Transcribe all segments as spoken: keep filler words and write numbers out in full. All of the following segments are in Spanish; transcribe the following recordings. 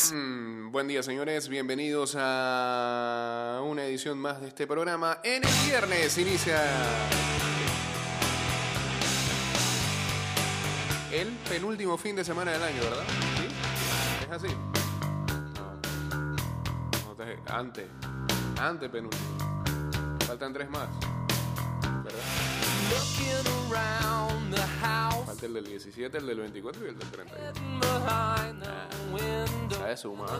Mix. Mm, buen día, señores. Bienvenidos a una edición más de este programa. En el viernes inicia el penúltimo fin de semana del año, ¿verdad? ¿Sí? ¿Es así? No. no te... Antes. Antes penúltimo. Faltan tres más. ¿Verdad? Falta el del diecisiete, el del veinticuatro y el del treinta y uno. Ah, ¿sabes sumar?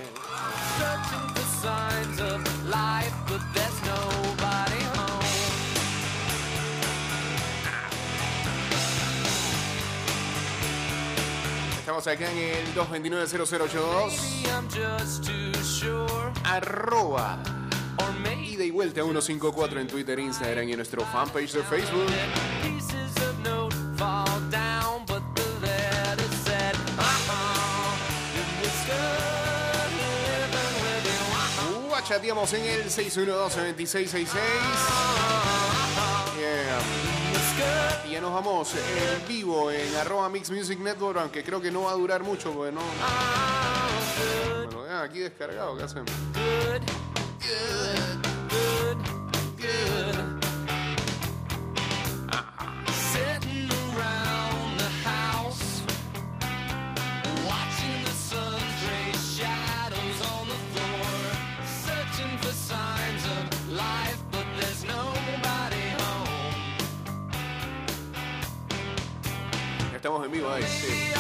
Estamos acá en el dos dos nueve cero cero ocho dos. Arroba ida y vuelta ciento cincuenta y cuatro en Twitter, Instagram y en nuestro fanpage de Facebook. Uh, chateamos en el seis uno dos, dos seis seis seis. Yeah. Y ya nos vamos en vivo en arroba Mix Music Network, aunque creo que no va a durar mucho porque no. Bueno, ya aquí descargado, ¿qué hacemos? Good, good, good. Ah. Sitting around the house, watching the sun's gray shadows on the floor, searching for signs of life, but there's nobody home. Estamos en vivo ahí. Sí.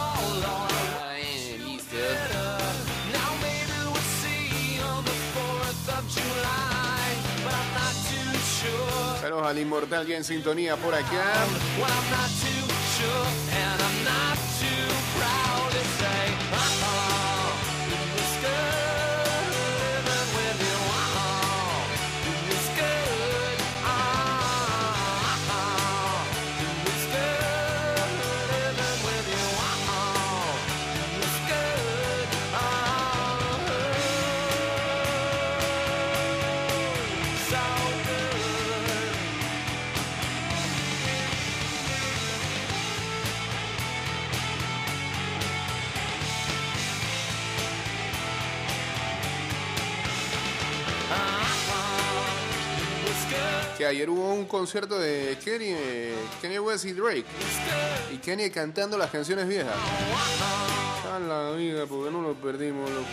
Saludos al inmortal ya en sintonía por acá. Que ayer hubo un concierto de Kenny, Kanye West y Drake, y Kenny cantando las canciones viejas. A la vida, porque no lo perdimos, loco.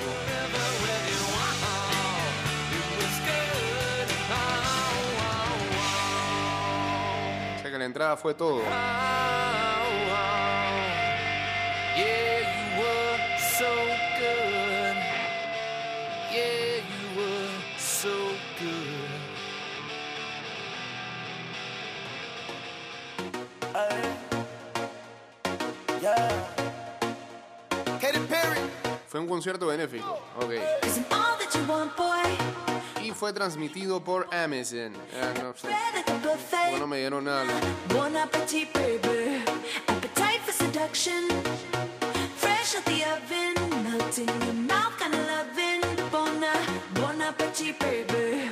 O sea que la entrada fue todo. Fue un concierto benéfico, ok. Y fue transmitido por Amazon. Eh, no sé. Bueno, me dieron nada. Bon appetit, baby. Appetite for seduction. Fresh out the oven. Melting your mouth, kind of loving. Bon, bon appetit, baby.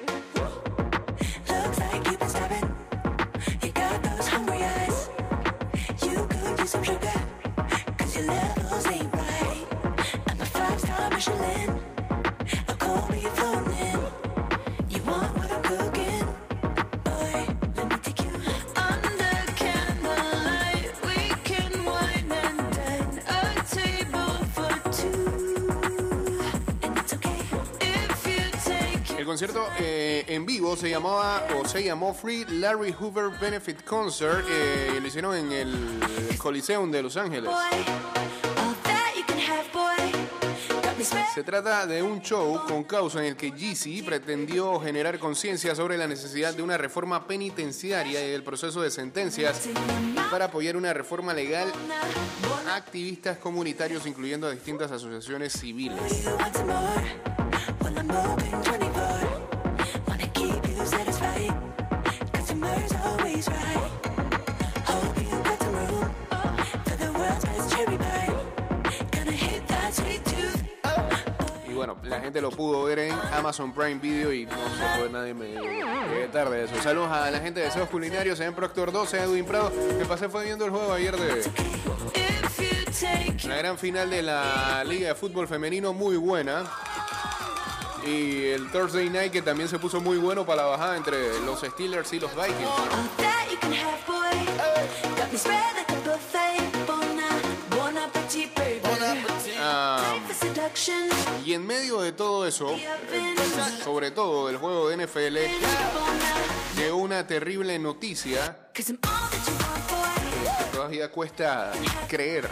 Looks like you've been starving. You got those hungry eyes. You could use some sugar. Cause your levels ain't right. Michelin, a cold beef floating in. You want what I'm cooking? Boy, let me take you under candlelight. We can wine and dine. A table for two. And it's okay if you take it. El concierto eh, en vivo se llamaba o se llamó Free Larry Hoover Benefit Concert. Eh, lo hicieron en el Coliseum de Los Ángeles. Se trata de un show con causa en el que Jeezy pretendió generar conciencia sobre la necesidad de una reforma penitenciaria y el proceso de sentencias para apoyar una reforma legal a activistas comunitarios, incluyendo a distintas asociaciones civiles. Bueno, la gente lo pudo ver en Amazon Prime Video y no se fue nadie me llegué tarde eso. Saludos a la gente de Deseos Culinarios en Proctor doce, Edwin Prado. Me pasé fue viendo el juego ayer de La gran final de la Liga de Fútbol Femenino, muy buena. Y el Thursday Night, que también se puso muy bueno para la bajada entre los Steelers y los Vikings. Ah, y en medio de todo eso, eh, sobre todo del juego de N F L, llegó una terrible noticia que todavía cuesta creer.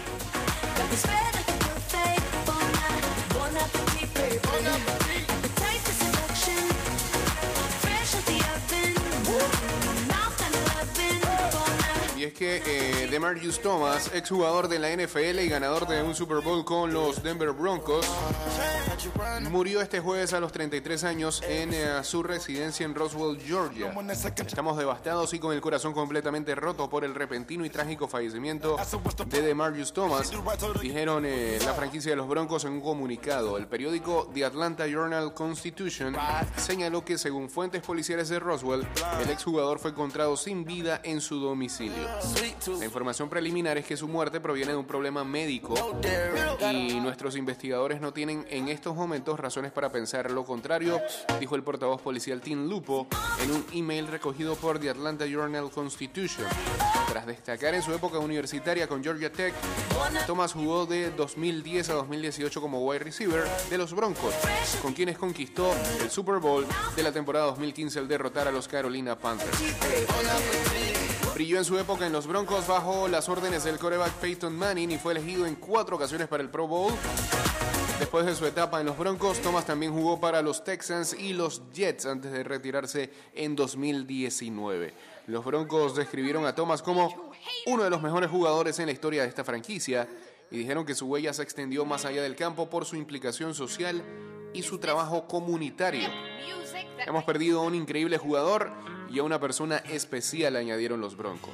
Y es que eh, Demaryius Thomas, exjugador de la N F L y ganador de un Super Bowl con los Denver Broncos, murió este jueves a los treinta y tres años en eh, su residencia en Roswell, Georgia. Estamos devastados y con el corazón completamente roto por el repentino y trágico fallecimiento de Demaryius Thomas, dijeron eh, la franquicia de los Broncos en un comunicado. El periódico The Atlanta Journal-Constitution señaló que, según fuentes policiales de Roswell, el exjugador fue encontrado sin vida en su domicilio. La información preliminar es que su muerte proviene de un problema médico y nuestros investigadores no tienen en estos momentos razones para pensar lo contrario, dijo el portavoz policial Tim Lupo en un email recogido por The Atlanta Journal-Constitution. Tras destacar en su época universitaria con Georgia Tech, Thomas jugó de dos mil diez a dos mil dieciocho como wide receiver de los Broncos, con quienes conquistó el Super Bowl de la temporada dos mil quince al derrotar a los Carolina Panthers. Brilló en su época en los Broncos bajo las órdenes del quarterback Peyton Manning y fue elegido en cuatro ocasiones para el Pro Bowl. Después de su etapa en los Broncos, Thomas también jugó para los Texans y los Jets antes de retirarse en dos mil diecinueve. Los Broncos describieron a Thomas como uno de los mejores jugadores en la historia de esta franquicia y dijeron que su huella se extendió más allá del campo por su implicación social y su trabajo comunitario. Hemos perdido a un increíble jugador y a una persona especial, añadieron los Broncos.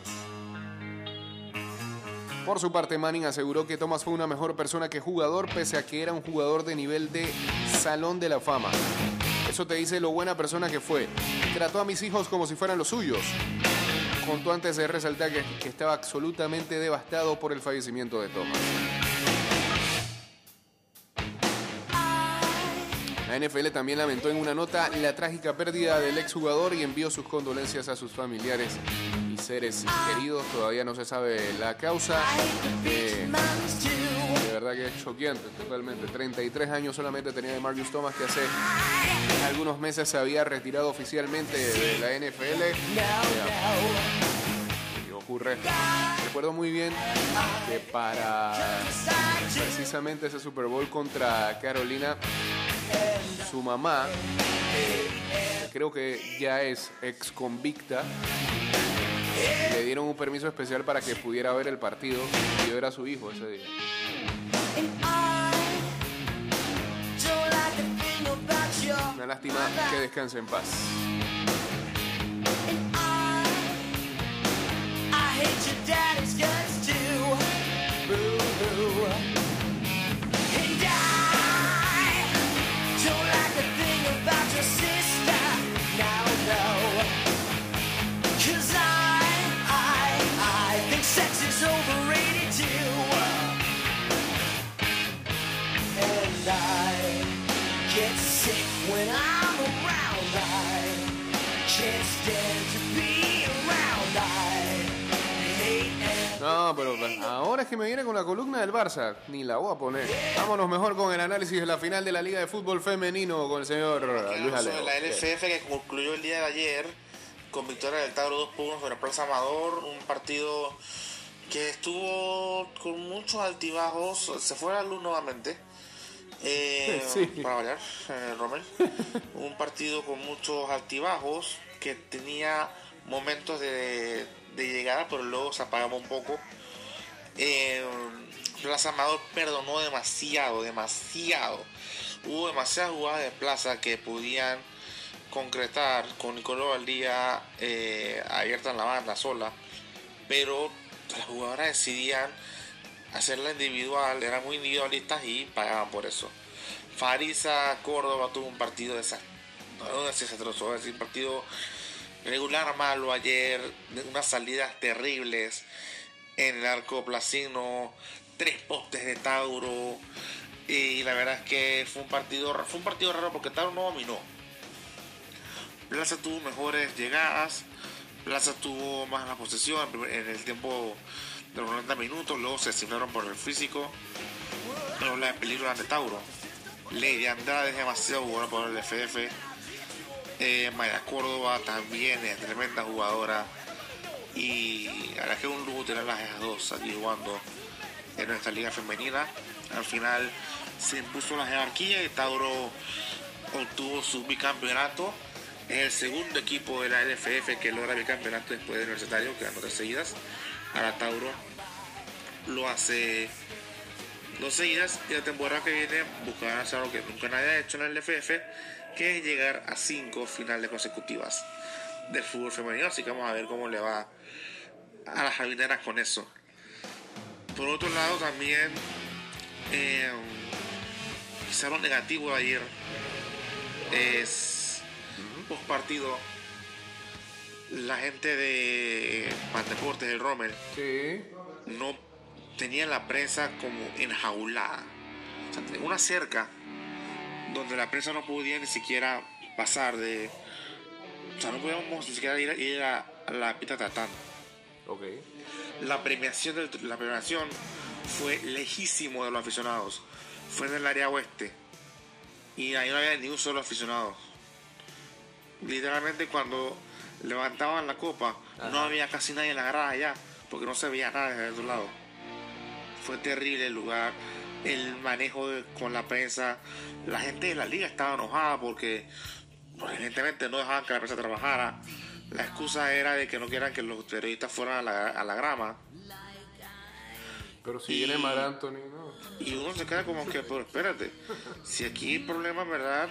Por su parte, Manning aseguró que Thomas fue una mejor persona que jugador, pese a que era un jugador de nivel de Salón de la Fama. Eso te dice lo buena persona que fue. Trató a mis hijos como si fueran los suyos. Contó antes de resaltar que, que estaba absolutamente devastado por el fallecimiento de Thomas. La N F L también lamentó en una nota la trágica pérdida del exjugador y envió sus condolencias a sus familiares y seres queridos. Todavía no se sabe la causa. Eh, de verdad que es choqueante, totalmente. treinta y tres años solamente tenía Demaryius Thomas, que hace algunos meses se había retirado oficialmente de la N F L. ¿Qué ocurre? Recuerdo muy bien que para precisamente ese Super Bowl contra Carolina, su mamá, creo que ya es ex convicta, le dieron un permiso especial para que pudiera ver el partido y ver a su hijo ese día. Una lástima, que descanse en paz. No, pero ahora es que me viene con la columna del Barça, ni la voy a poner. Vámonos mejor con el análisis de la final de la Liga de Fútbol Femenino con el señor Luis Alejo. La L F F que concluyó el día de ayer con victoria del Tauro dos por uno sobre Plaza Amador, un partido que estuvo con muchos altibajos, se fue a la luz nuevamente. Eh, sí. Para variar, eh, Rommel. Un partido con muchos altibajos que tenía momentos de, de llegada, pero luego se apagaba un poco. Eh, Plaza Amador perdonó demasiado, demasiado. Hubo demasiadas jugadas de Plaza que podían concretar con Nicolás Valdía eh, abierta en la banda sola, pero las jugadoras decidían hacerla individual, eran muy individualistas y pagaban por eso. Farisa Córdoba tuvo un partido desastroso, no desastroso, es decir, un partido regular malo ayer, unas salidas terribles en el arco placino, tres postes de Tauro. Y la verdad es que fue un partido, fue un partido raro porque Tauro no dominó. Plaza tuvo mejores llegadas, Plaza tuvo más la posesión en el tiempo de los noventa minutos, luego se cifraron por el físico, pero la de peligro era de Tauro. Lady Andrade es demasiado buena por el F F. Eh, Maya Córdoba también es tremenda jugadora. Y la verdad es que es un lujo tener las dos aquí jugando en nuestra liga femenina. Al final se impuso la jerarquía y Tauro obtuvo su bicampeonato. Es el segundo equipo de la L F F que logra bicampeonato después del Universitario, que ganó tres seguidas. Ahora Tauro lo hace dos seguidas y la temporada que viene buscarán hacer algo que nunca nadie ha hecho en la L F F, que es llegar a cinco finales consecutivas del fútbol femenino. Así que vamos a ver cómo le va a las jardineras con eso. Por otro lado también eh, quizá lo negativo de ayer es post partido la gente de Pandeportes del Rommel Sí. no tenía la prensa como enjaulada. O sea, tenía una cerca donde la prensa no podía ni siquiera pasar de... O sea, no podíamos ni siquiera ir, ir a, a la pista tratando. Ok. La premiación, de, la premiación fue lejísimo de los aficionados. Fue en el área oeste. Y ahí no había ni un solo aficionado. Literalmente cuando levantaban la copa, Ajá. no había casi nadie en la grada allá, porque no se veía nada desde el otro lado. Fue terrible el lugar, el manejo de, con la prensa. La gente de la liga estaba enojada porque, pues, evidentemente no dejaban que la prensa trabajara. La excusa era de que no quieran que los periodistas fueran a la, a la grama. Pero si y, viene Mar Anthony, ¿no? Y uno se queda como que, pero espérate, si aquí hay problemas, ¿verdad?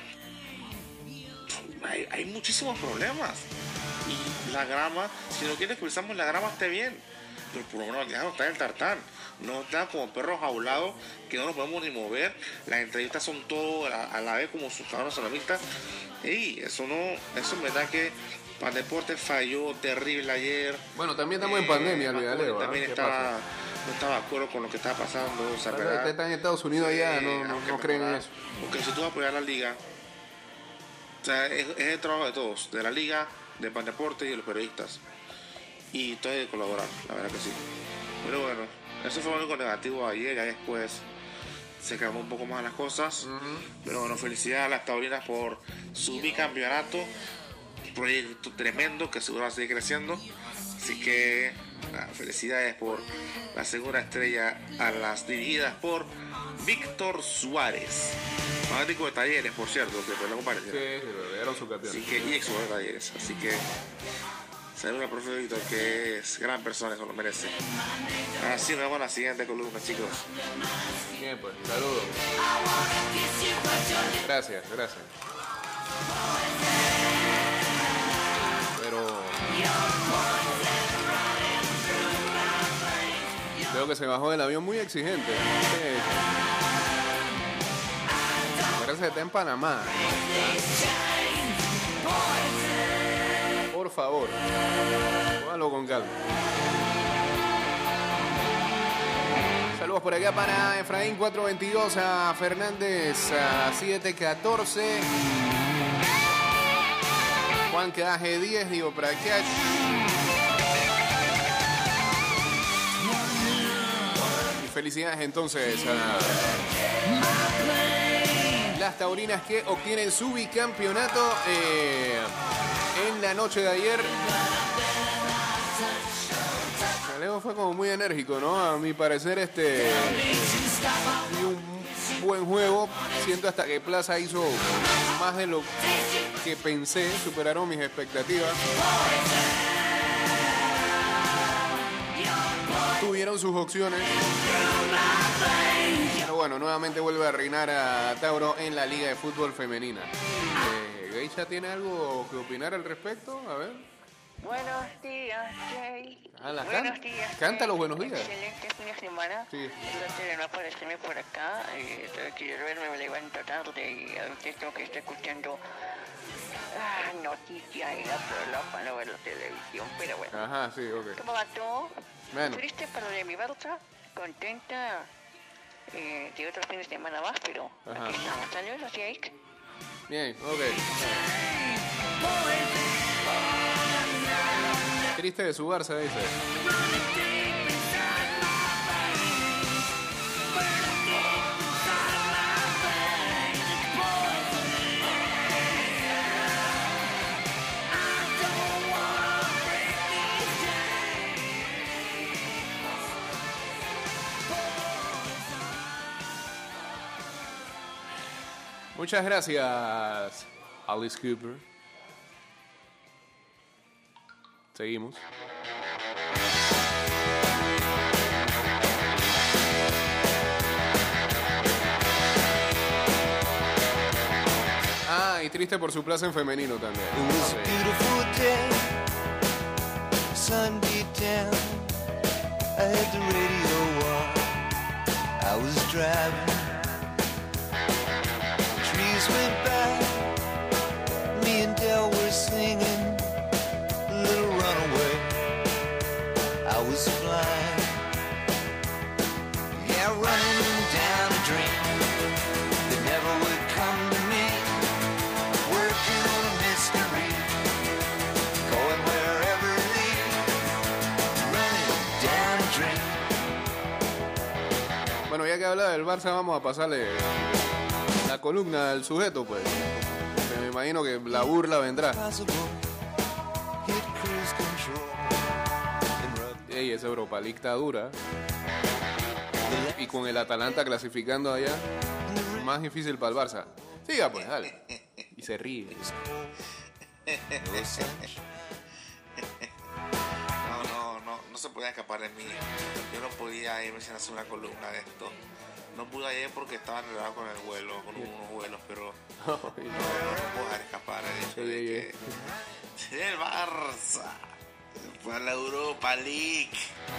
Hay, hay muchísimos problemas. Y la grama, si no quieres que usamos la grama, esté bien. Pero por lo menos no está en el tartán. No está como perros jaulados que no nos podemos ni mover. Las entrevistas son todo a, a la vez como sus cabrones sonomistas. Y eso no, eso me da que Pandeportes falló terrible ayer. Bueno, también estamos eh, en pandemia, Luis Aleo. También ¿eh? estaba, no estaba de acuerdo con lo que estaba pasando. O sea, ¿verdad? Usted está en Estados Unidos allá, eh, no, no, no creen en eso. Porque si tú vas a apoyar la liga, o sea, es, es el trabajo de todos, de la liga, de Pandeportes y de los periodistas. Y todo hay que colaborar, la verdad que sí. Pero bueno, eso fue lo único negativo ayer. Ya después se calmó un poco más las cosas. Uh-huh. Pero bueno, felicidades a las taurinas por su bicampeonato. Un proyecto tremendo que seguro va a seguir creciendo. Así que nada, felicidades por la segunda estrella a las dirigidas por Víctor Suárez. Fanático de Talleres, por cierto, que fue la comparación. Sí, sí, lo dieron su campeón. Así que, y ex de Talleres. Así que saludos al profe Víctor, que es gran persona, eso lo merece. Así nos vemos en la siguiente columna, chicos. Bien, pues, saludos. Gracias, gracias. Pero veo que se bajó del avión muy exigente. Sí. Parece que está en Panamá. Por favor, póngalo con calma. Saludos por acá para Efraín cuatro veintidós, a Fernández a siete catorce, Juan Caje diez, Diego Prakash. Y felicidades entonces a las taurinas que obtienen su bicampeonato eh, en la noche de ayer. Leo fue como muy enérgico, ¿no? A mi parecer, este y un buen juego. Siento hasta que Plaza hizo más de lo que pensé, superaron mis expectativas. Tuvieron sus opciones. Pero bueno, nuevamente vuelve a reinar a Tauro en la Liga de Fútbol Femenina. Eh, ¿Geisha tiene algo que opinar al respecto? A ver. Buenos días, Jay. Ah, la buenos can... días. Canta los buenos días. Excelente fin de semana. Sí. Traté de no aparecerme por acá. Eh, tengo que verme, me levanto tarde y a veces tengo que estar escuchando ah, noticias y la prolopa, no ver la televisión, pero bueno. Ajá, sí, ok. ¿Cómo va todo? Bueno. ¿Triste para lo de mi Barça? ¿Contenta? eh, de otro fin de semana más, pero Ajá. aquí estamos. Saludos, Jake. Bien, ok. Triste de su Barça, dice. Muchas gracias, Alice Cooper. Seguimos. Ah, y triste por su plaza en femenino también. It was a Sí. beautiful day, sun beat down. I had the radio on. I was driving. Trees went by. Me and Dell were singing a little runaway. I was flying. Yeah, running down a dream that never would come to me. Working on a mystery, going wherever it leads, running down a dream. Bueno, ya que habla del Barça, vamos a pasarle la columna al sujeto, pues. Porque me imagino que la burla vendrá. Possible, hit cruise control and rub Ey, esa Europa League está dura. Y con el Atalanta clasificando allá, más difícil para el Barça. Siga pues, dale. Y se ríe. no sunshine. No, no, no, no se podía escapar de mí. Yo no podía irme sin hacer una columna de esto. No pude ir porque estaba enredado con el vuelo, con unos vuelos, pero no, no puedo dejar escapar el hecho de que el Barça fue a la Europa League.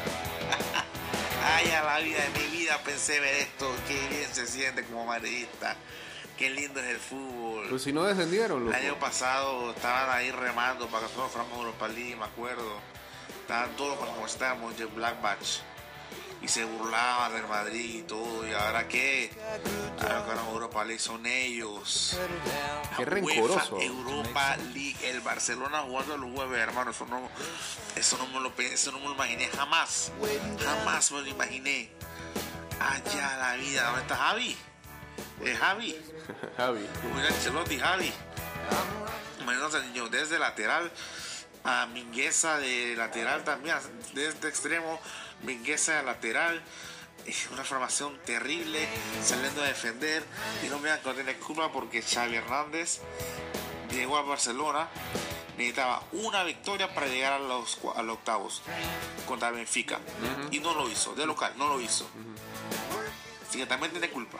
Ay, a la vida de mi vida pensé ver esto. Qué bien se siente como madridista. Qué lindo es el fútbol. Pues si no descendieron, El loco. año pasado estaban ahí remando para que nosotros fuéramos a Europa League, me acuerdo. Estaban todos como estábamos de Black Batch. Y se burlaban del Madrid y todo. ¿Y ahora qué? Ahora que van a Europa League son ellos. Qué La rencoroso. UEFA Europa League. El Barcelona jugando los jueves, hermano. Eso no, eso no me lo pe- eso no me lo imaginé jamás. Jamás me lo imaginé. Allá la vida. ¿Dónde está Javi? Es Javi. Javi. Mira, Ancelotti, Javi. Imagínate, niño, desde lateral a Mingueza de lateral también, desde extremo, Mingueza de lateral. Es una formación terrible, saliendo a defender. Y no me dan que tiene culpa porque Xavi Hernández llegó a Barcelona. Necesitaba una victoria para llegar a los, cua- a los octavos contra Benfica. Y no lo hizo, de local, no lo hizo. Así que también tiene culpa.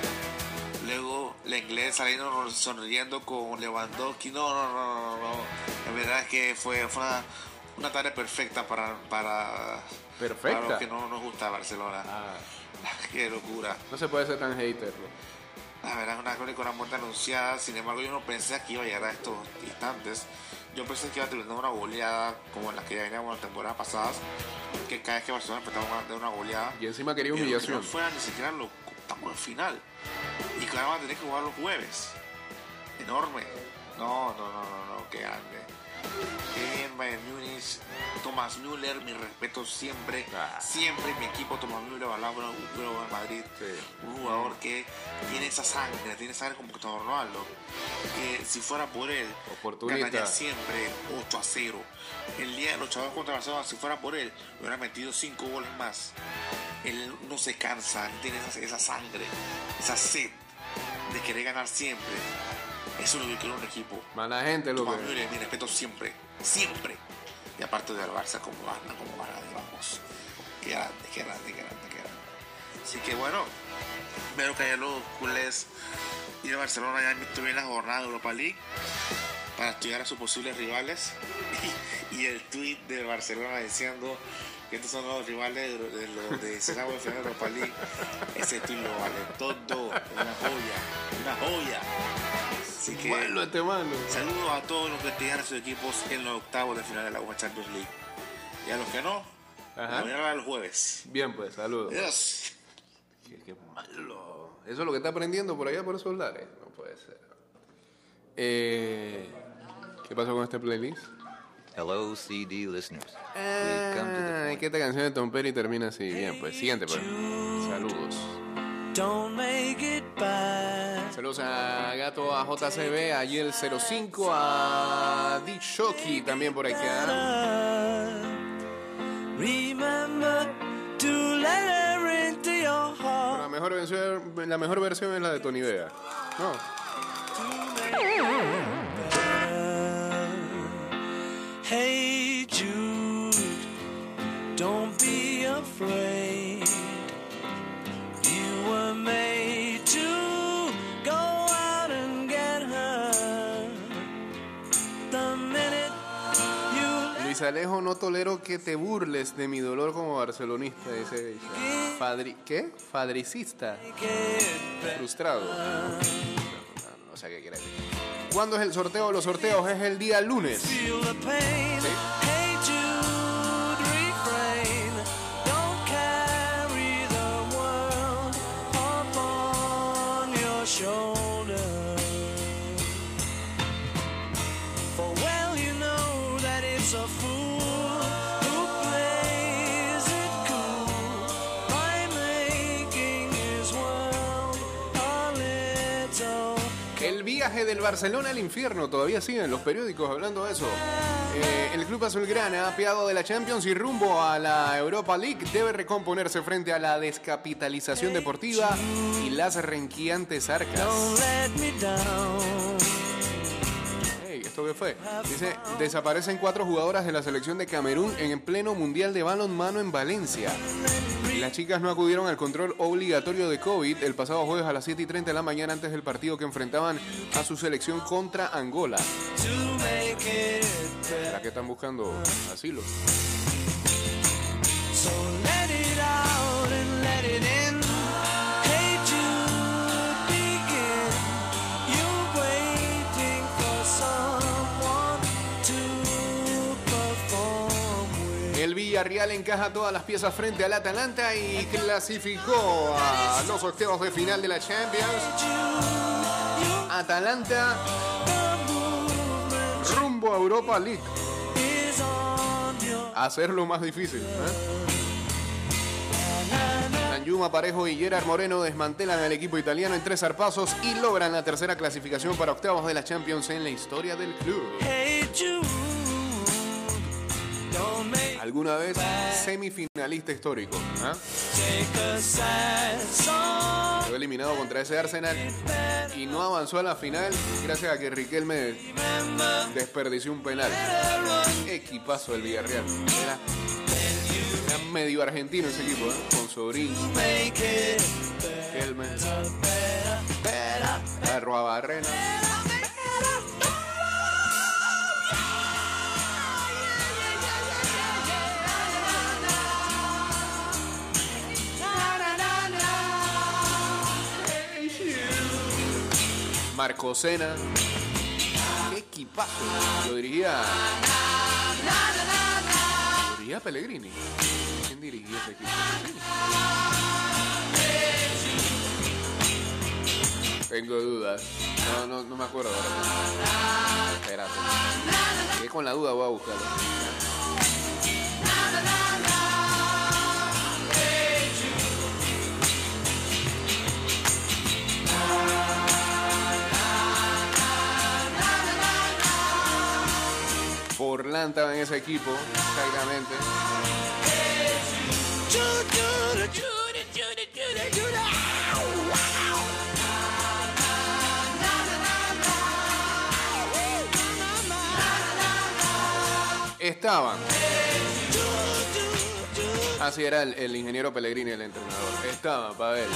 Luego la inglés saliendo sonriendo con Lewandowski. No, no, no, no, no. La verdad es que fue, fue una, una tarea perfecta para, para, Perfecta. para los que no nos gusta Barcelona. Ah, Qué locura. no se puede ser tan hater, loco. La verdad es una crónica, una muerte anunciada. Sin embargo, yo no pensé que iba a llegar a estos instantes. Yo pensé que iba a tener una goleada como en las que ya veníamos las temporadas pasadas. Que cada vez que Barcelona empezaba a tener una goleada. Y encima quería Pero que humillación. no fuera ni siquiera los octavos de final. Y claro, van a tener que jugar los jueves. Enorme. No, no, no, no, no, qué grande. Qué bien, Bayern Múnich. Thomas Müller, mi respeto siempre. Ah. Siempre mi equipo, Thomas Müller, balabro, en Madrid. Sí. Un jugador que tiene esa sangre, tiene sangre como Cristiano Ronaldo. Que si fuera por él, Oportunista. ganaría siempre ocho a cero. El día de los chavales contra Barcelona, si fuera por él, hubiera metido cinco goles más. Él no se cansa, tiene esa, esa sangre, esa sed de querer ganar siempre. Eso es lo que quiere un equipo. Mala gente, loco. Thomas Müller, mi respeto siempre, siempre. Y aparte del Barça, como gana, como gana, vamos. Qué grande, qué grande, qué grande, qué grande. Así que bueno, espero que haya los culés y de Barcelona ya han visto bien la jornada de Europa League para estudiar a sus posibles rivales. Y, y el tweet de Barcelona diciendo que estos son los rivales de, de los de Senado de final de Europa League. Ese tweet lo vale todo, una joya, una joya. Así que Bueno, este mano. saludos a todos los que tengan a sus equipos en los octavos de final de la UEFA Champions League. Y a los que no, Ajá. a mirar el jueves. Bien, pues, saludos. Adiós. Qué, qué malo. Eso es lo que está aprendiendo por allá por esos lares. No puede ser. Eh, ¿Qué pasó con este playlist? Hello, C D listeners. We've come to the Ah, es point. que esta canción de Tom Petty termina así. Bien, pues siguiente, pues. Saludos. Don't make it bad. Saludos a Gato, a J C B, a Yel cero cinco, a D Shoki también por acá. Remember to let her into your heart. La mejor versión, la mejor versión es la de Tony Vega. No. Hey Jude, don't be afraid. You were made to go out and get her. The minute you Luis Alejo, no tolero que te burles de mi dolor como barcelonista, dice ella. Fadri, ¿Qué? Fadricista. get Frustrado. No, no sé qué quiere decir. ¿Cuándo es el sorteo? Los sorteos es el día lunes. feel the pain. Sí. Hey Jude, refrain. Don't carry the world upon your shoulder. For well you know that it's a fool who plays it cool by making his world a little. El viaje del Barcelona al infierno. Todavía siguen los periódicos hablando de eso. Eh, el club azulgrana, apiado de la Champions y rumbo a la Europa League, debe recomponerse frente a la descapitalización deportiva y las renquiantes arcas. Don't let me down. Hey, ¿esto qué fue? Dice, desaparecen cuatro jugadoras de la selección de Camerún en el pleno mundial de balonmano en Valencia. Las chicas no acudieron al control obligatorio de COVID el pasado jueves a las siete y treinta de la mañana antes del partido que enfrentaban a su selección contra Angola. To make it better. ¿Será que están buscando asilo? So let it out and let it in. Hey Jude, begin. You're waiting for someone to perform with. El Villarreal encaja todas las piezas frente al Atalanta y clasificó a los octavos de final de la Champions. Atalanta rumbo a Europa League. Is on your Hacerlo más difícil. ¿eh? Danjuma Parejo y Gerard Moreno desmantelan al equipo italiano en tres zarpazos y logran la tercera clasificación para octavos de la Champions en la historia del club. Hey Jude, don't make Alguna vez semifinalista histórico. ¿eh? take a sad song. Quedó eliminado contra ese Arsenal y no avanzó a la final gracias a que Riquelme desperdició un penal. Equipazo del Villarreal. Era, era medio argentino ese equipo, ¿eh? Con Sobrín, Make it Riquelme, Arruabarrena. Marcosena. Qué equipazo. Lo dirigía. Lo dirigía Pellegrini. ¿Quién dirigía ese equipo? Tengo dudas. No, no, no me acuerdo ahora. Espérate. Quedé con la duda, voy a buscarlo. Forlán estaba en ese equipo, exactamente. Estaban. Así era el, el ingeniero Pellegrini, el entrenador. Estaban, para ver.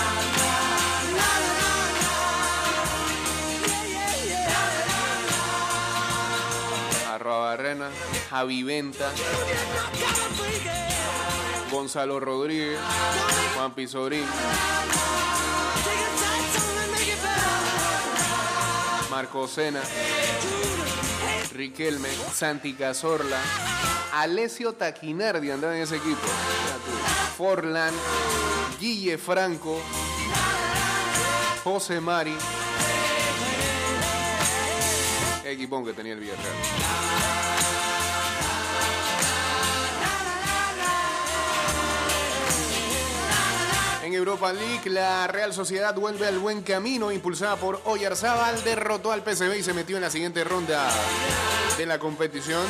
Arruabarrena, Javi Venta, Gonzalo Rodríguez, Juan Pizorín, Marco Sena, Riquelme, Santi Cazorla, Alessio Taquinardi andaba en ese equipo. Forlán, Guille Franco, José Mari. Qué equipón que tenía el Villarreal. En Europa League, la Real Sociedad vuelve al buen camino, impulsada por Oyarzábal, derrotó al P S V y se metió en la siguiente ronda de la competición.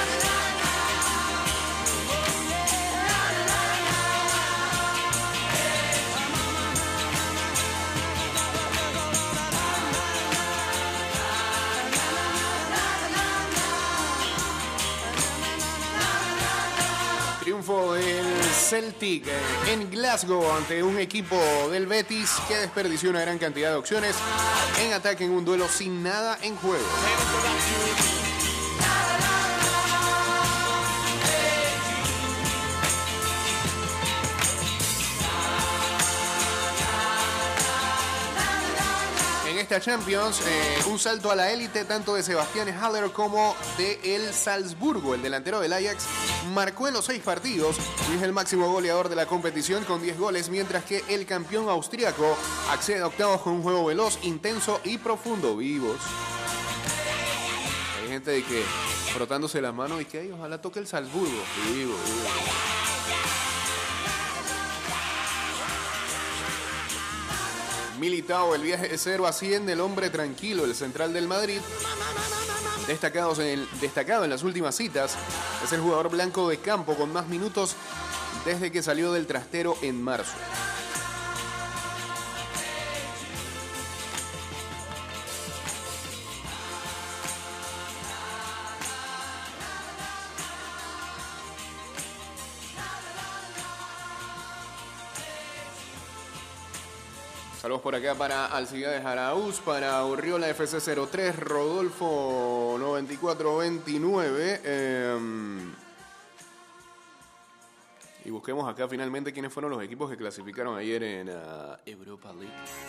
Triunfo del Celtic en Glasgow ante un equipo del Betis que desperdició una gran cantidad de opciones en ataque en un duelo sin nada en juego. En esta Champions, eh, un salto a la élite tanto de Sebastián Haller como de el Salzburgo. El delantero del Ajax marcó en los seis partidos y es el máximo goleador de la competición con diez goles, mientras que el campeón austríaco accede a octavos con un juego veloz, intenso y profundo. Vivos. Hay gente de que frotándose las manos y que ay, ojalá toque el Salzburgo. Vivo, vivo. Militao, el viaje de cero a cien del hombre tranquilo, el central del Madrid, destacados en el, destacado en las últimas citas, es el jugador blanco de campo con más minutos desde que salió del trastero en marzo. Saludos por acá para Alcibiades Araúz, para Urriola F C cero tres, Rodolfo noventa y cuatro veintinueve. Eh, y busquemos acá finalmente quiénes fueron los equipos que clasificaron ayer en uh, Europa League.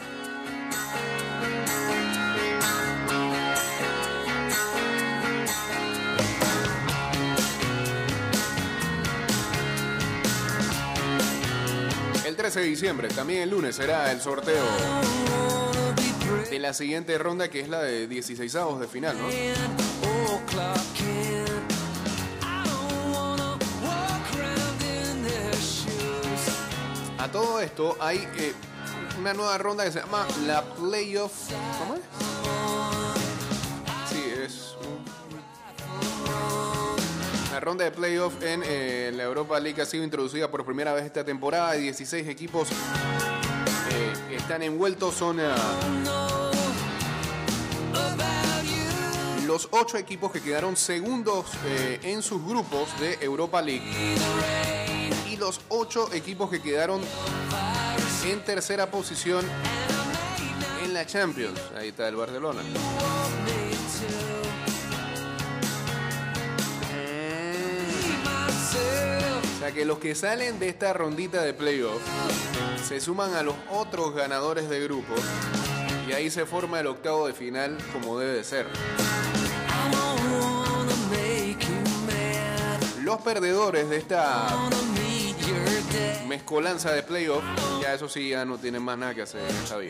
El trece de diciembre, también el lunes, será el sorteo de la siguiente ronda, que es la de dieciseisavos de final, ¿no? A todo esto hay eh, una nueva ronda que se llama la Playoff. ¿Cómo es? Sí, es la ronda de playoff en eh, la Europa League. Ha sido introducida por primera vez esta temporada. dieciséis equipos eh, que están envueltos. Son uh, los ocho equipos que quedaron segundos eh, en sus grupos de Europa League y los ocho equipos que quedaron en tercera posición en la Champions. Ahí está el Barcelona. O sea que los que salen de esta rondita de playoff se suman a los otros ganadores de grupos y ahí se forma el octavo de final como debe de ser. Los perdedores de esta mezcolanza de playoff, ya eso sí, ya no tienen más nada que hacer en esta vida.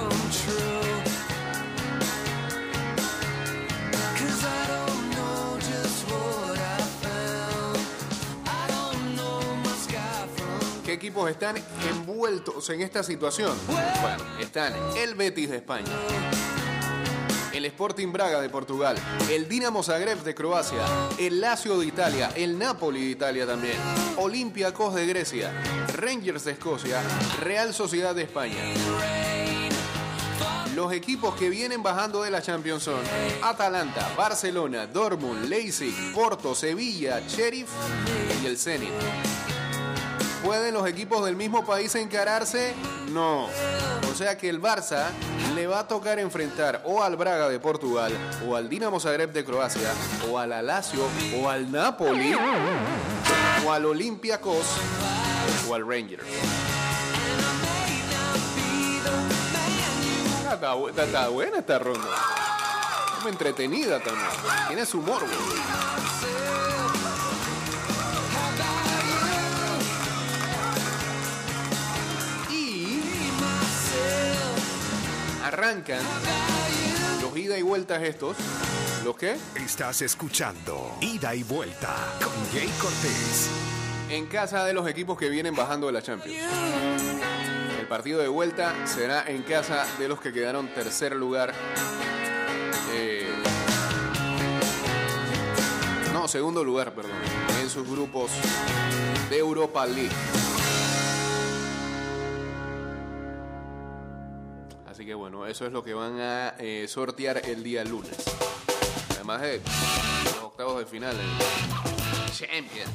¿Qué equipos están envueltos en esta situación? Bueno, están el Betis de España, el Sporting Braga de Portugal, el Dinamo Zagreb de Croacia, el Lazio de Italia, el Napoli de Italia también, Olympiacos de Grecia, Rangers de Escocia, Real Sociedad de España. Los equipos que vienen bajando de la Champions son Atalanta, Barcelona, Dortmund, Leipzig, Porto, Sevilla, Sheriff y el Zenit. ¿Pueden los equipos del mismo país encararse? No. O sea que el Barça le va a tocar enfrentar o al Braga de Portugal, o al Dinamo Zagreb de Croacia, o al Lazio, o al Napoli, o al Olympiacos, o al Rangers. Está, está buena esta ronda. Muy entretenida también. Tiene su morbo. Y arrancan los ida y vueltas estos. ¿Los qué? Estás escuchando Ida y Vuelta con Jay Cortés. En casa de los equipos que vienen bajando de la Champions. El partido de vuelta será en casa de los que quedaron tercer lugar. Eh, no, segundo lugar, perdón. En sus grupos de Europa League. Así que bueno, eso es lo que van a eh, sortear el día lunes. Además de los octavos de final en Champions.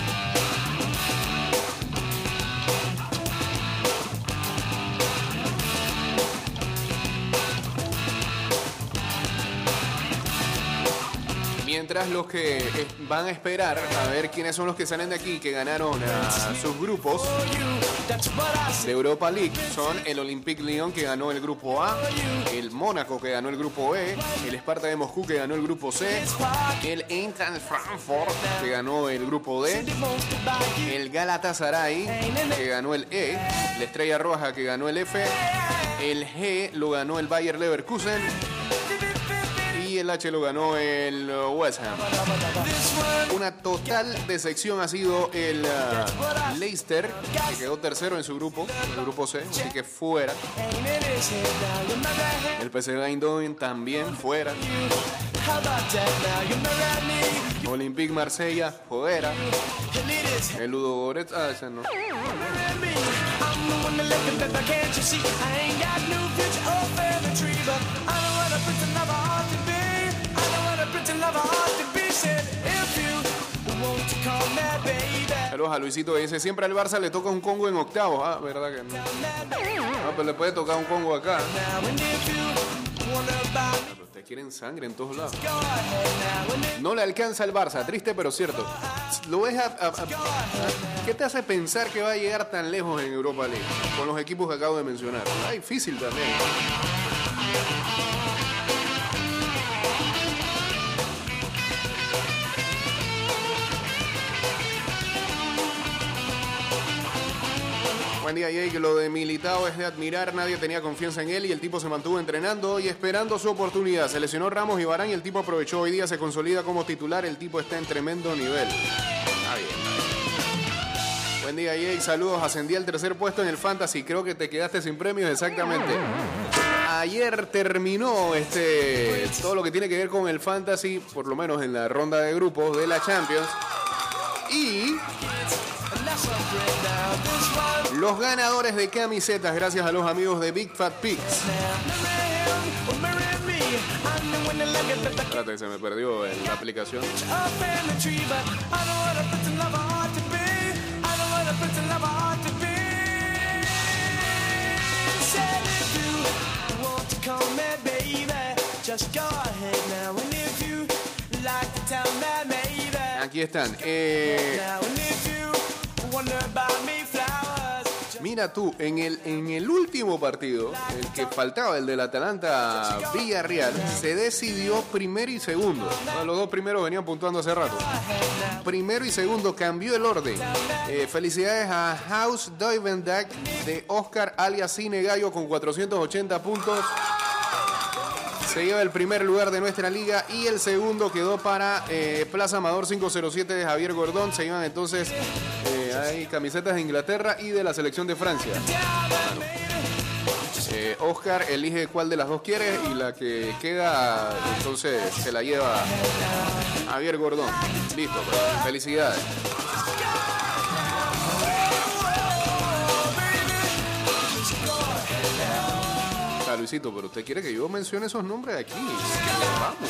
Mientras los que eh, van a esperar a ver quiénes son los que salen de aquí, que ganaron a sus grupos de Europa League, son el Olympique Lyon, que ganó el grupo A, el Mónaco, que ganó el grupo B, el Sparta de Moscú, que ganó el grupo C, el Eintracht Frankfurt, que ganó el grupo D, el Galatasaray, que ganó el E, la Estrella Roja, que ganó el F, el G lo ganó el Bayer Leverkusen, y el H lo ganó el West Ham. Una total decepción ha sido el uh, Leicester, que quedó tercero en su grupo, el grupo C, así que fuera. El P S V Eindhoven también fuera. Olympique Marsella fuera. El Ludogorets, ah, ese no. Saludos a Luisito, que dice: siempre al Barça le toca un Congo en octavos. Ah, verdad que no. No, pero le puede tocar un Congo acá. Ah, pero ustedes quieren sangre en todos lados. No le alcanza al Barça, triste pero cierto. Lo ves a, a, a- ¿Qué te hace pensar que va a llegar tan lejos en Europa League con los equipos que acabo de mencionar? Ah, difícil también. Buen día, Jake. Lo de Militao es de admirar. Nadie tenía confianza en él y el tipo se mantuvo entrenando y esperando su oportunidad. Se lesionó Ramos y Varane y el tipo aprovechó. Hoy día se consolida como titular. El tipo está en tremendo nivel. Está bien. Buen día, Jake. Saludos. Ascendí al tercer puesto en el Fantasy. Creo que te quedaste sin premios. Exactamente. Ayer terminó este todo lo que tiene que ver con el Fantasy, por lo menos en la ronda de grupos de la Champions. Y los ganadores de camisetas, gracias a los amigos de Big Fat Pigs. Espérate, se me perdió en la aplicación. Aquí están. Eh, Mira tú, en el, en el último partido, el que faltaba, el del Atalanta Villarreal, se decidió primero y segundo. Bueno, los dos primeros venían puntuando hace rato. Primero y segundo cambió el orden. Eh, felicidades a House Doivendak de Oscar alias Cine Gallo con cuatrocientos ochenta puntos. Se lleva el primer lugar de nuestra liga y el segundo quedó para eh, Plaza Amador cinco cero siete de Javier Gordón. Se llevan entonces, eh, hay camisetas de Inglaterra y de la selección de Francia. Bueno, eh, Oscar elige cuál de las dos quiere y la que queda entonces se la lleva Javier Gordón. Listo, pues, felicidades. Ah, Luisito, pero usted quiere que yo mencione esos nombres aquí. Vamos.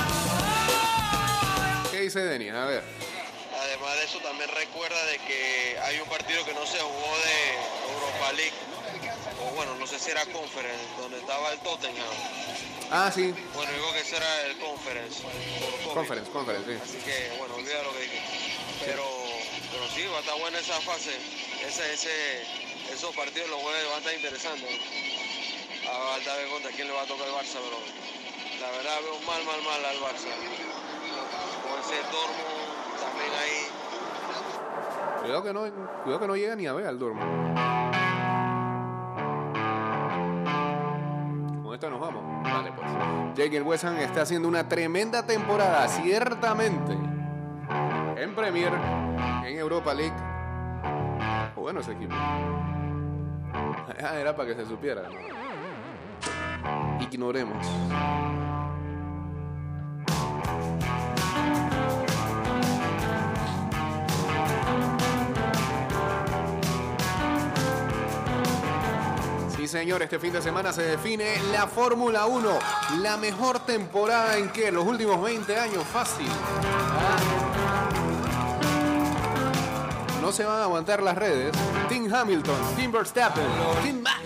¿Qué dice Denis? A ver. Además de eso, también recuerda de que hay un partido que no se jugó de Europa League, o bueno, no sé si era Conference, donde estaba el Tottenham. Ah, sí. Bueno, digo que ese era el Conference. por COVID. Conference, conference, sí. Así que, bueno, olvida lo que dije. Pero, pero sí, va a estar buena esa fase. Ese, ese, esos partidos los jueves van a estar interesantes. A falta ver contra quién le va a tocar el Barça, pero la verdad veo mal, mal, mal al Barça. Con ese Dortmund también ahí. Cuidado que no, cuidado que no llega ni a ver al Dortmund. Con esta nos vamos. Vale, pues. Jake el West Ham está haciendo una tremenda temporada, ciertamente. En Premier, en Europa League. Bueno, ese equipo. Era para que se supiera. Ignoremos. Sí, señor, este fin de semana se define la Fórmula uno. La mejor temporada en que los últimos veinte años, fácil. No se van a aguantar las redes. Tim Hamilton, Tim Verstappen, Tim Max.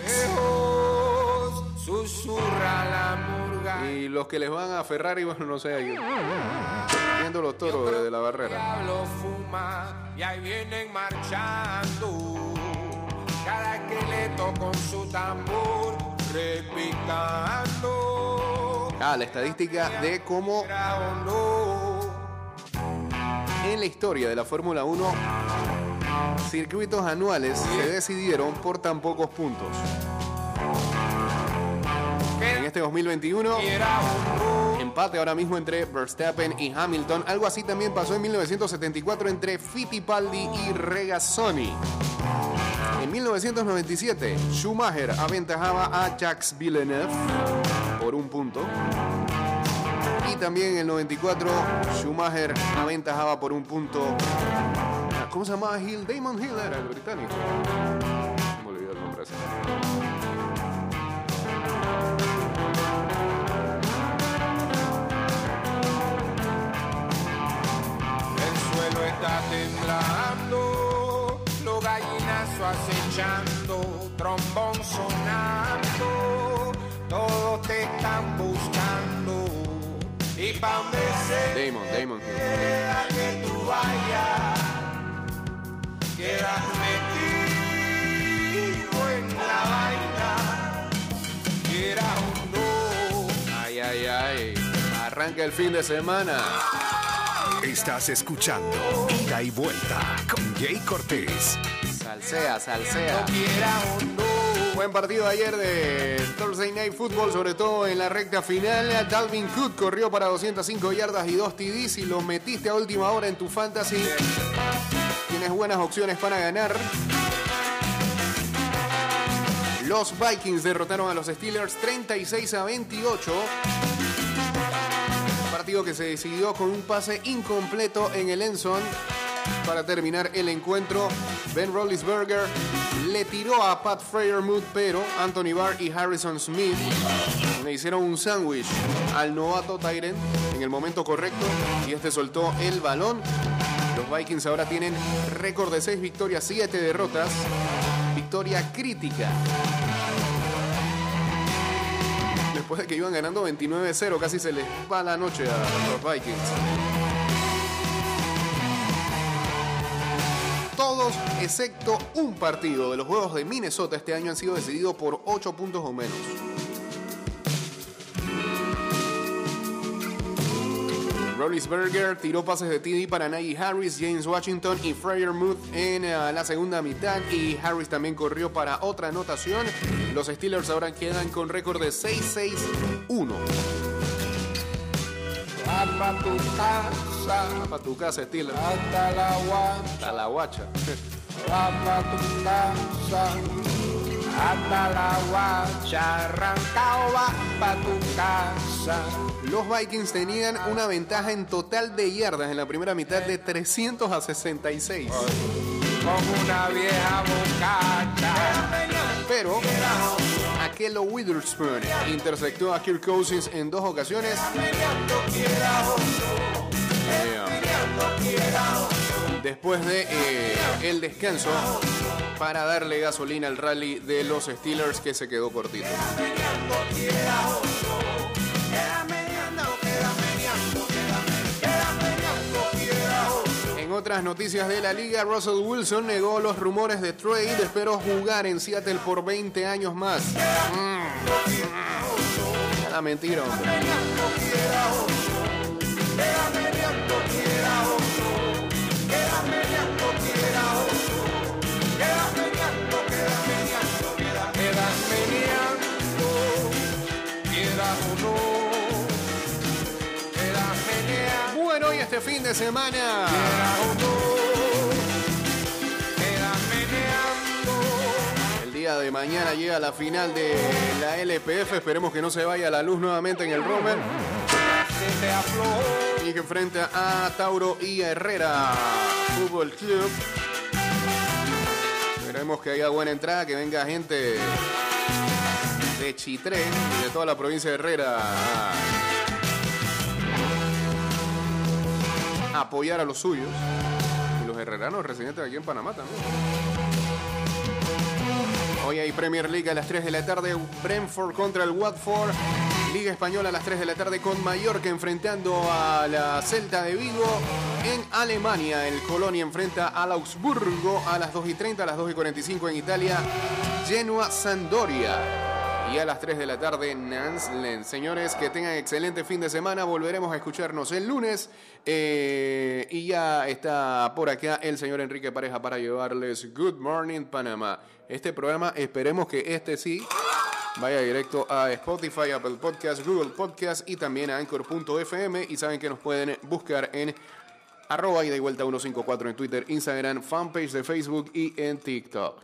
Susurra la murga. Y los que les van a Ferrari, bueno, no sé, ahí, viendo los toros desde la barrera. Diablo fuma y ahí vienen marchando. Cada esqueleto con su tambor repicando. Ah, la estadística de cómo en la historia de la Fórmula uno circuitos anuales se decidieron por tan pocos puntos. En este dos mil veintiuno, empate ahora mismo entre Verstappen y Hamilton. Algo así también pasó en mil novecientos setenta y cuatro entre Fittipaldi y Regazzoni. En mil novecientos noventa y siete, Schumacher aventajaba a Jacques Villeneuve por un punto. Y también en el noventa y cuatro, Schumacher aventajaba por un punto. ¿Cómo se llamaba Hill? Damon Hill era el británico. Me olvidé el nombre ese. El suelo está temblando, los gallinazos acechando, trombón sonando, todos te están buscando. Y pa' donde se Damon, Damon Hill. quiera que tú vayas, quedas metido en la vaina, quieras o no. Ay, ay, ay. Arranca el fin de semana. Estás escuchando Ida y Vuelta con Jay Cortés. Salsea, salsea. Quieras o no. Buen partido ayer de Thursday Night Football, sobre todo en la recta final. Dalvin Cook corrió para doscientas cinco yardas y dos T Ds y lo metiste a última hora en tu fantasy. Tienes buenas opciones para ganar. Los Vikings derrotaron a los Steelers treinta y seis a veintiocho. Partido que se decidió con un pase incompleto en el end zone. Para terminar el encuentro, Ben Roethlisberger le tiró a Pat Freiermuth, pero Anthony Barr y Harrison Smith le hicieron un sándwich al novato Tyrant en el momento correcto y este soltó el balón. Los Vikings ahora tienen récord de seis victorias, siete derrotas. Victoria crítica. Después de que iban ganando veintinueve a cero, casi se les va la noche a los Vikings. Todos, excepto un partido de los Juegos de Minnesota este año, han sido decididos por ocho puntos o menos. Roethlisberger tiró pases de T D para Najee Harris, James Washington y Freiermuth en uh, la segunda mitad, y Harris también corrió para otra anotación. Los Steelers ahora quedan con récord de seis seis uno. Va pa' tu casa, Va para tu casa, Steelers. hasta la guacha. Hasta la guacha. Va pa' tu casa, hasta la guacha. Arrancao va pa' tu casa. Los Vikings tenían una ventaja en total de yardas en la primera mitad de trescientos a sesenta y seis. Como una vieja bocacha. Pero Ahkello Witherspoon interceptó a Kirk Cousins en dos ocasiones. Después de eh, el descanso para darle gasolina al rally de los Steelers, que se quedó cortito. En otras noticias de la liga, Russell Wilson negó los rumores de trade. Espero jugar en Seattle por veinte años más. Mm. la mentira, hombre. Bueno, y este fin de semana el día de mañana llega la final de la L P F. Esperemos que no se vaya la luz nuevamente en el Romer. Y que enfrenta a Tauro y Herrera Fútbol Club. Esperemos que haya buena entrada, que venga gente de Chitré y de toda la provincia de Herrera a apoyar a los suyos. Y los herreranos residentes aquí en Panamá también. Hoy hay Premier League a las tres de la tarde, Brentford contra el Watford. Liga Española a las tres de la tarde con Mallorca enfrentando a la Celta de Vigo. En Alemania, el Colonia enfrenta al Augsburgo a las dos y treinta, a las dos y cuarenta y cinco en Italia, Genoa Sampdoria. Y a las tres de la tarde, Nantes Lens. Señores, que tengan excelente fin de semana. Volveremos a escucharnos el lunes. Eh, y ya está por acá el señor Enrique Pareja para llevarles Good Morning Panamá. Este programa, esperemos que este sí vaya directo a Spotify, Apple Podcast, Google Podcast y también a Anchor punto F M. Y saben que nos pueden buscar en arroba ida y vuelta ciento cincuenta y cuatro en Twitter, Instagram, fanpage de Facebook y en TikTok.